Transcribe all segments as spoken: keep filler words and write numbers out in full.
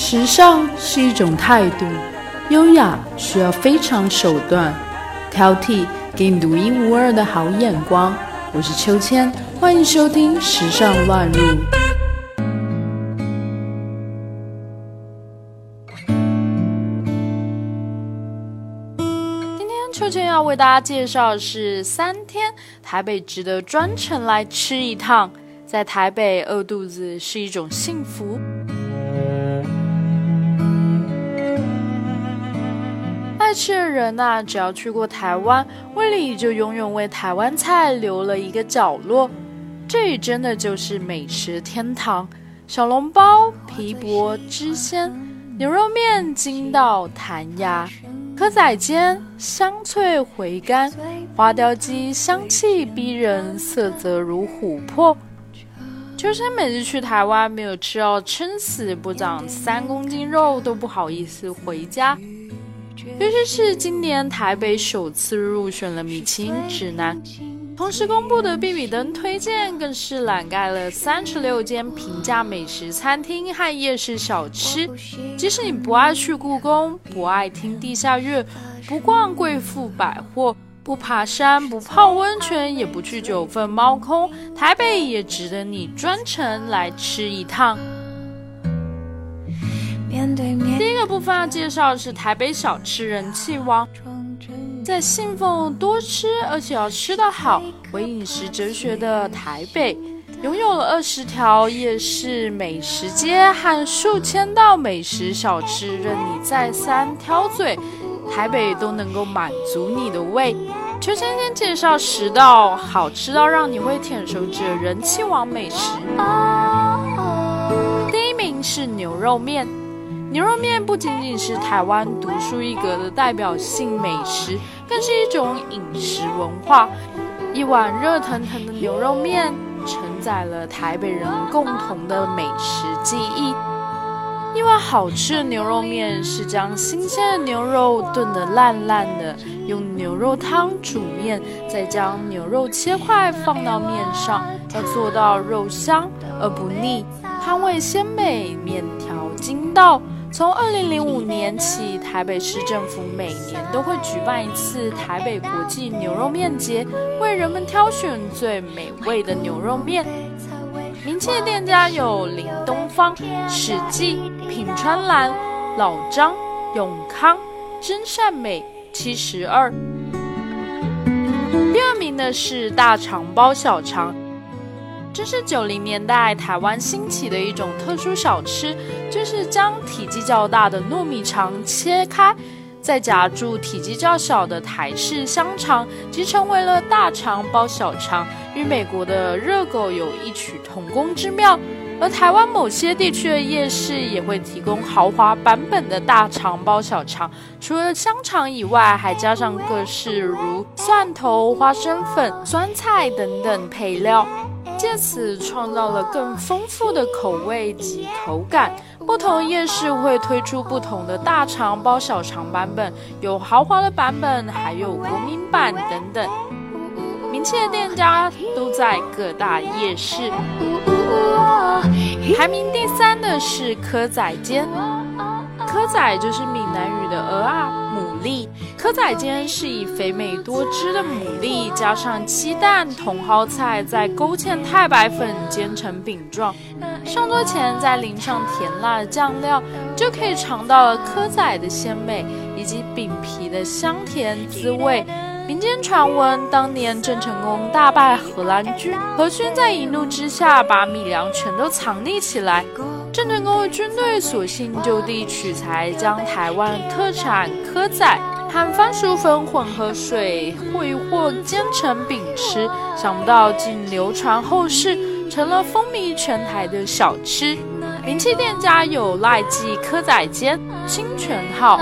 时尚是一种态度，优雅需要非常手段，挑剔给你独一无二的好眼光。我是秋千，欢迎收听时尚乱入。今天秋千要为大家介绍的是三天台北值得专程来吃一趟，在台北饿肚子是一种幸福。爱吃的人啊，只要去过台湾，胃里就永远为台湾菜留了一个角落。这里真的就是美食天堂，小笼包、皮薄汁鲜，牛肉面筋道弹牙，蚵仔煎香脆回甘，花雕鸡香气逼人，色泽如琥珀。秋千每次去台湾，没有吃到撑死不长三公斤肉都不好意思回家。尤其是今年台北首次入选了米其林指南，同时公布的必比登推荐更是揽盖了三十六间平价美食餐厅和夜市小吃。即使你不爱去故宫，不爱听地下乐，不逛贵妇百货，不爬山，不泡温泉，也不去九份猫空，台北也值得你专程来吃一趟。第一个部分要介绍的是台北小吃人气王，在信奉多吃而且要吃得好为饮食哲学的台北，拥有了二十条夜市美食街和数千道美食小吃，任你再三挑嘴，台北都能够满足你的胃。秋千先介绍十道好吃到让你会舔手指的人气王美食。第一名是牛肉面。牛肉面不仅仅是台湾独树一格的代表性美食，更是一种饮食文化。一碗热腾腾的牛肉面承载了台北人共同的美食记忆。一碗好吃的牛肉面是将新鲜的牛肉炖得烂烂的，用牛肉汤煮面，再将牛肉切块放到面上，要做到肉香而不腻，汤味鲜美，面条筋道。从二零零五年起，台北市政府每年都会举办一次台北国际牛肉面节，为人们挑选最美味的牛肉面。名气的店家有林东方、史记、品川蓝、老张、永康、真善美、七十二。第二名的是大肠包小肠，这是九零年代台湾兴起的一种特殊小吃，就是将体积较大的糯米肠切开，再夹住体积较小的台式香肠，即成为了大肠包小肠，与美国的热狗有异曲同工之妙。而台湾某些地区的夜市也会提供豪华版本的大肠包小肠，除了香肠以外，还加上各式如蒜头、花生粉、酸菜等等配料，借此创造了更丰富的口味及口感。不同夜市会推出不同的大肠包小肠版本，有豪华的版本，还有国民版等等。名气的店家都在各大夜市。排名第三的是蚵仔煎。蚵仔就是闽南语的蚵啊、牡蛎。蚵仔煎是以肥美多汁的牡蛎加上鸡蛋、茼蒿菜，再勾芡太白粉煎成饼状，上桌前再淋上甜辣的酱料，就可以尝到了蚵仔的鲜美以及饼皮的香甜滋味。民间传闻，当年郑成功大败荷兰军，荷军在一怒之下把米粮全都藏匿起来，郑成功的军队索性就地取材，将台湾特产蚵仔和番薯粉混合水和一和煎成饼吃，想不到竟流传后世，成了风靡全台的小吃。名气店家有赖记蚵仔煎、清泉号。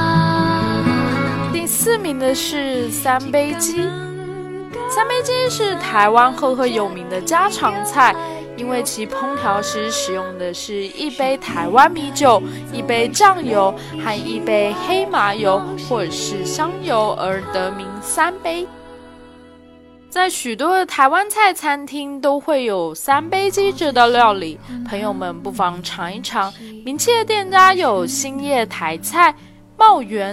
第四名的是三杯鸡。三杯鸡是台湾赫赫有名的家常菜，因为其烹调时使用的是一杯台湾米酒、一杯酱油和一杯黑麻油或者是香油而得名三杯。 在许多的台湾菜餐厅都会有三杯鸡这道料理，朋友们不妨尝一尝。名气的店家有兴业台菜、茂园。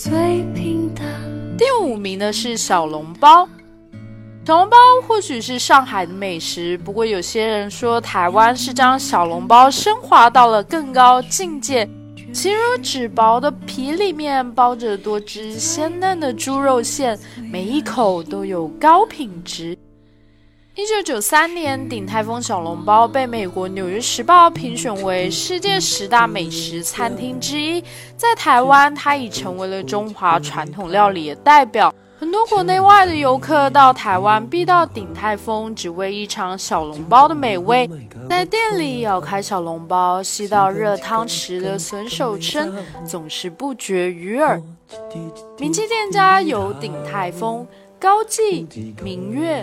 第五名的是小笼包。小笼包或许是上海的美食，不过有些人说台湾是将小笼包升华到了更高境界。其如纸薄的皮里面包着多汁鲜嫩的猪肉馅，每一口都有高品质。一九九三年，鼎泰丰小笼包被美国《纽约时报》评选为世界十大美食餐厅之一，在台湾它已成为了中华传统料理的代表。很多国内外的游客到台湾必到鼎泰丰，只为一场小笼包的美味。在店里咬开小笼包，吸到热汤匙的吮手声，总是不绝于耳。名气店家有鼎泰丰、高记、明月。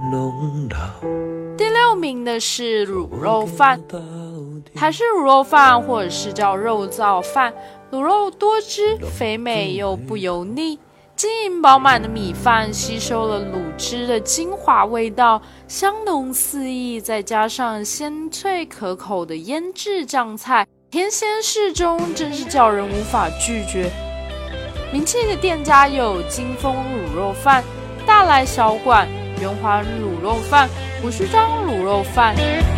第六名的是卤肉饭。台式卤肉饭或者是叫肉燥饭，卤肉多汁肥美又不油腻，晶莹饱满的米饭吸收了卤汁的精华味道，香浓四溢，再加上鲜脆可口的腌制酱菜，甜咸适中，真是叫人无法拒绝。名气的店家有金丰卤肉饭、大来小馆、圆环卤肉饭、胡须章卤肉饭。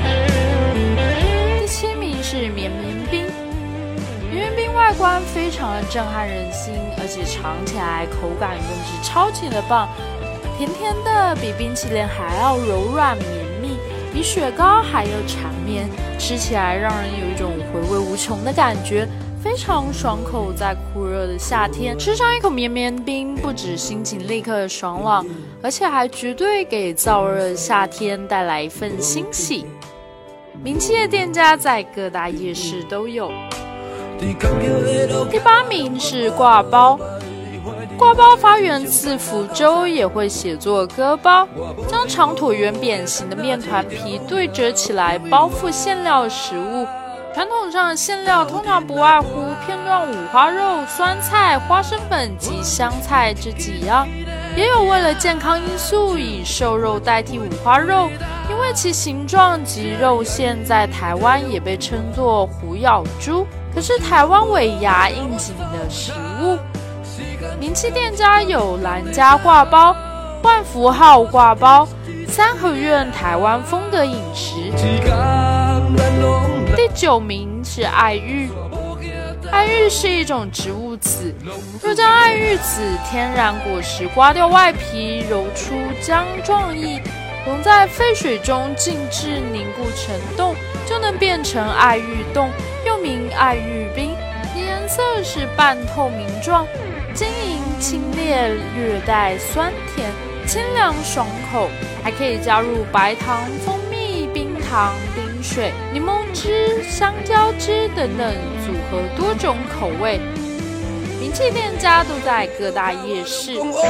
第七名是绵绵冰。绵绵冰外观非常的震撼人心，而且尝起来口感更是超级的棒，甜甜的，比冰淇淋还要柔软绵密，比雪糕还要缠绵，吃起来让人有一种回味无穷的感觉，非常爽口。在酷热的夏天吃上一口绵绵冰，不止心情立刻爽朗，而且还绝对给燥热的夏天带来一份欣喜。名气的店家在各大夜市都有。第八名是挂包。挂包发源自福州，也会写作割包，将长椭圆扁形的面团皮对折起来包覆馅料的食物。传统上的馅料通常不外乎片段五花肉、酸菜、花生粉及香菜这几样，也有为了健康因素以瘦肉代替五花肉，因为其形状及肉馅在台湾也被称作虎咬猪，可是台湾尾牙应景的食物。名气店家有兰家挂包、万福号挂包、三合院台湾风格饮食。第九名是爱玉。爱玉是一种植物籽，若将爱玉籽天然果实刮掉外皮，揉出浆状液，溶在沸水中静置凝固成冻，就能变成爱玉冻，又名爱玉冰。颜色是半透明状，晶莹清冽，略带酸甜，清凉爽口，还可以加入白糖、蜂蜜、冰糖、冰水、柠檬汁、香蕉汁等等，组合多种口味。名气店家都在各大夜市。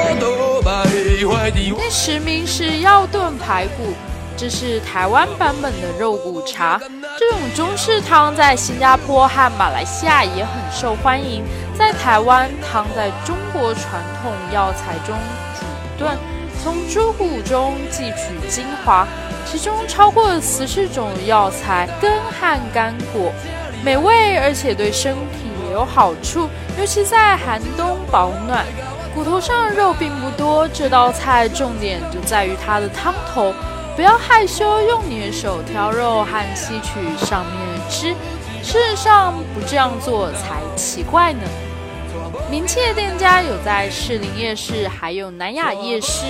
第十名是药炖排骨，这是台湾版本的肉骨茶。这种中式汤在新加坡和马来西亚也很受欢迎，在台湾汤在中国传统药材中煮炖，从猪骨中汲取精华，其中超过十四种药材根和干果，美味而且对身体也有好处，尤其在寒冬保暖。骨头上的肉并不多，这道菜重点就在于它的汤头，不要害羞，用你的手挑肉和吸取上面的汁，事实上不这样做才奇怪呢。名气的店家有在士林夜市还有南雅夜市。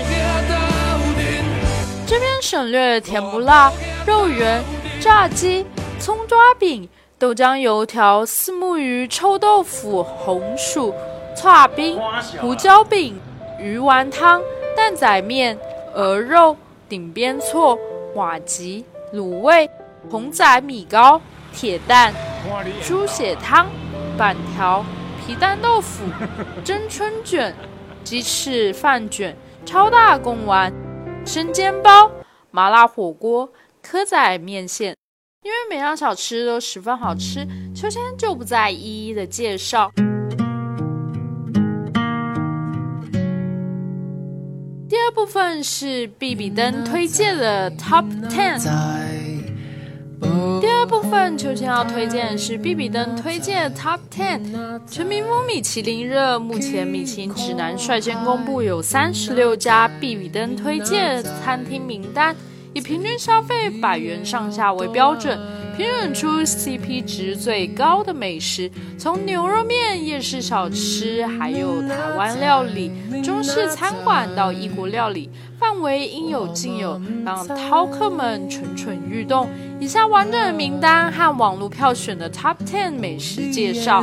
这边省略了甜不辣、肉圆、炸鸡、葱抓饼、豆浆油条、丝木鱼、臭豆腐、红薯、剉冰、胡椒饼、鱼丸汤、蛋仔面、鹅肉、顶边错、瓦吉、卤味、红仔米糕、铁蛋、猪血汤、板条、皮蛋豆腐、蒸春卷、鸡翅饭卷、超大贡丸、生煎包、麻辣火锅、蚵仔面线。因为每样小吃都十分好吃，秋千就不再一一的介绍。第二部分是必比登推荐的 Top 十。第二部分，秋千要推荐的是必比登推荐的 Top 十。全民风米其林热，目前米其林指南率先公布有三十六家必比登推荐的餐厅名单，以平均消费百元上下为标准，评选出 C P 值最高的美食，从牛肉面、夜市小吃，还有台湾料理、中式餐馆到异国料理，范围应有尽有，让饕客们蠢蠢欲动。以下完整的名单和网络票选的 Top 十 美食介绍。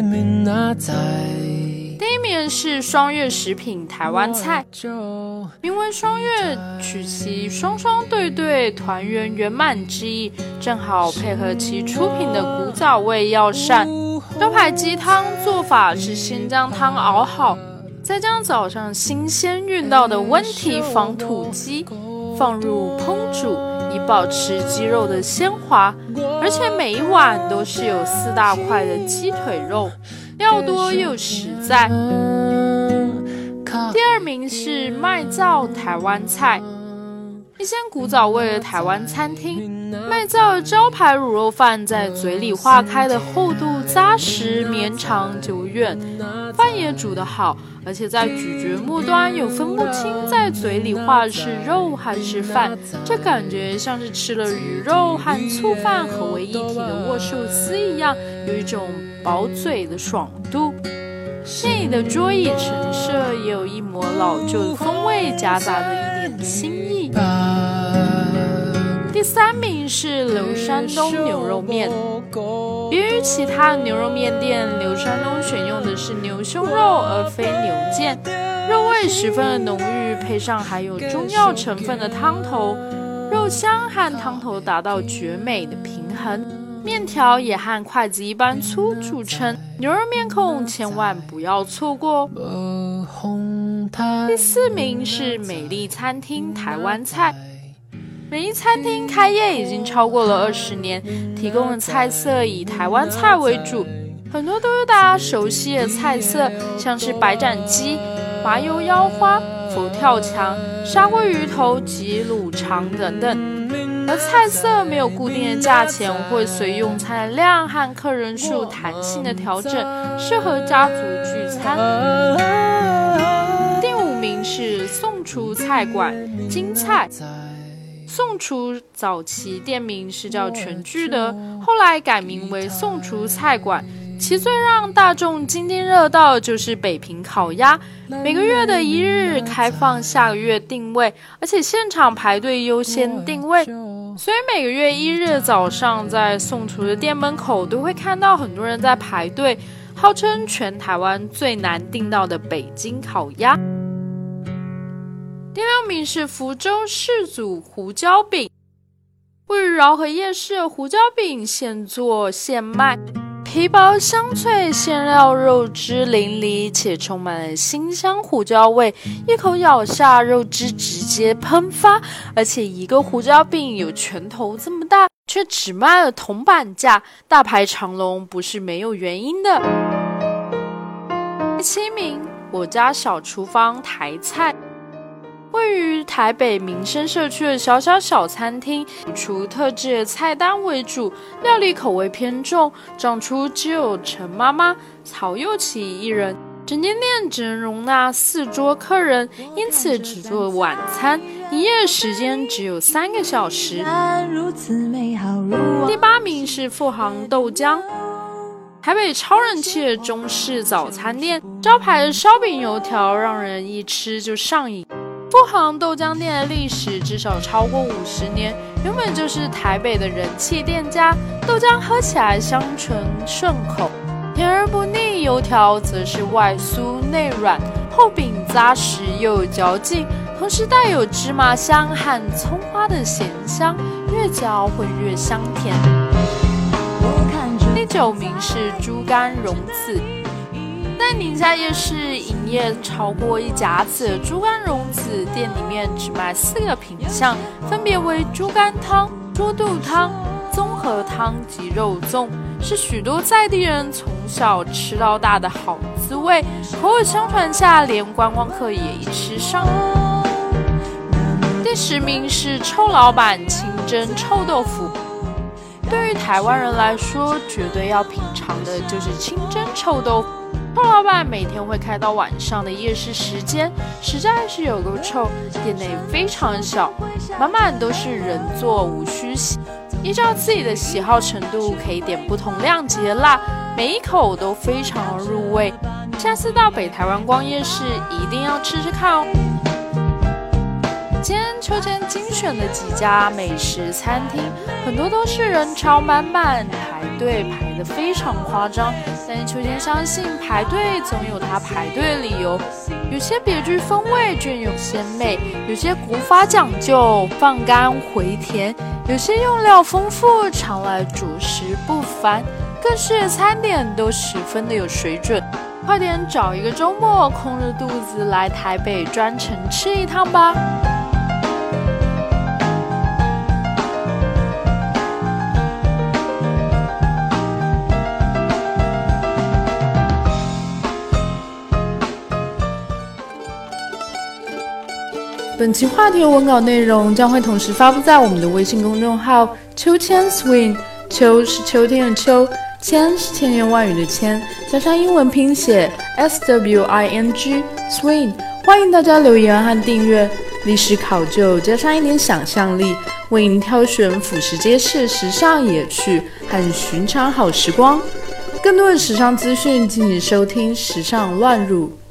第一名是双月食品台湾菜，名为双月，取其双双对对、团圆圆满之意，正好配合其出品的古早味药膳。招牌鸡汤做法是先将汤熬好，再将早上新鲜运到的温体仿土鸡放入烹煮，以保持鸡肉的鲜滑，而且每一碗都是有四大块的鸡腿肉，料多又实在。第二名是麦灶台湾菜，一间古早味的台湾餐厅。麦灶的招牌卤肉饭在嘴里化开的厚度扎实绵长久远，饭也煮得好，而且在咀嚼末端有分不清在嘴里化的是肉还是饭，这感觉像是吃了鱼肉和醋饭合为一体的握寿司一样，有一种饱嘴的爽度。店里的桌椅陈设也有一抹老旧的风味，夹杂着一点新意。第三名是刘山东牛肉面，别于其他牛肉面店，刘山东选用的是牛胸肉而非牛腱，肉味十分的浓郁，配上含有中药成分的汤头，肉香和汤头达到绝美的平衡。面条也和筷子一般粗著称，牛肉面控千万不要错过。第四名是美丽餐厅台湾菜，美丽餐厅开业已经超过了二十年，提供的菜色以台湾菜为主，很多都是大家熟悉的菜色，像是白斩鸡、麻油腰花、佛跳墙、砂锅鱼头及卤肠等等。而菜色没有固定的价钱，会随用餐的量和客人数弹性的调整，适合家族聚餐。第五名是宋厨菜馆京菜。宋厨早期店名是叫全聚德，后来改名为宋厨菜馆。其最让大众津津乐道就是北平烤鸭，每个月的一日开放下个月定位，而且现场排队优先定位，所以每个月一日早上在宋厨的店门口都会看到很多人在排队，号称全台湾最难订到的北京烤鸭。第六名是福州世祖胡椒饼，位于饶河夜市的胡椒饼现做现卖，皮薄香脆，馅料肉汁淋漓，且充满了辛香胡椒味，一口咬下，肉汁直接喷发，而且一个胡椒饼有拳头这么大，却只卖了铜板价，大排长龙不是没有原因的。第七名，我家小厨房台菜。位于台北民生社区的小小小餐厅，以厨特制的菜单为主，料理口味偏重，掌厨只有陈妈妈、曹佑琪一人，整间店只能容纳四桌客人，因此只做晚餐，营业时间只有三个小时。第八名是富航豆浆，台北超人气的中式早餐店，招牌的烧饼油条让人一吃就上瘾。富航豆浆店的历史至少超过五十年，原本就是台北的人气店家，豆浆喝起来香醇顺口，甜而不腻，油条则是外酥内软，厚饼扎实又有嚼劲，同时带有芝麻香和葱花的咸香，越嚼会越香甜。第九名是猪肝蓉子，在宁夏夜市营业超过一甲子的猪肝蓉子店里面只卖四个品项，分别为猪肝汤、猪肚汤、综合汤及肉粽，是许多在地人从小吃到大的好滋味。口耳相传下，连观光客也一吃上。 第十名是臭老板清蒸臭豆腐。对于台湾人来说，绝对要品尝的就是清蒸臭豆腐。臭老板每天会开到晚上的夜市时间，实在是有够臭。店内非常小，满满都是人座，无需洗。依照自己的喜好程度，可以点不同量级的辣，每一口都非常入味。下次到北台湾逛夜市，一定要吃吃看哦。今天秋千精选的几家美食餐厅，很多都是人潮满满，排队排得非常夸张。但是秋千相信排队总有它排队的理由，有些别具风味，隽永鲜美；有些古法讲究，放干回甜；有些用料丰富，常来主食不凡。各式的餐点都十分的有水准。快点找一个周末，空着肚子来台北专程吃一趟吧。本期话题文稿内容将会同时发布在我们的微信公众号秋千 swing， 秋是秋天的秋，千是千言万语的千，加上英文拼写 S W I N G swing。 欢迎大家留言和订阅，历史考究加上一点想象力，为您挑选俯拾皆是时尚野趣和寻常好时光。更多的时尚资讯，敬请收听时尚乱入。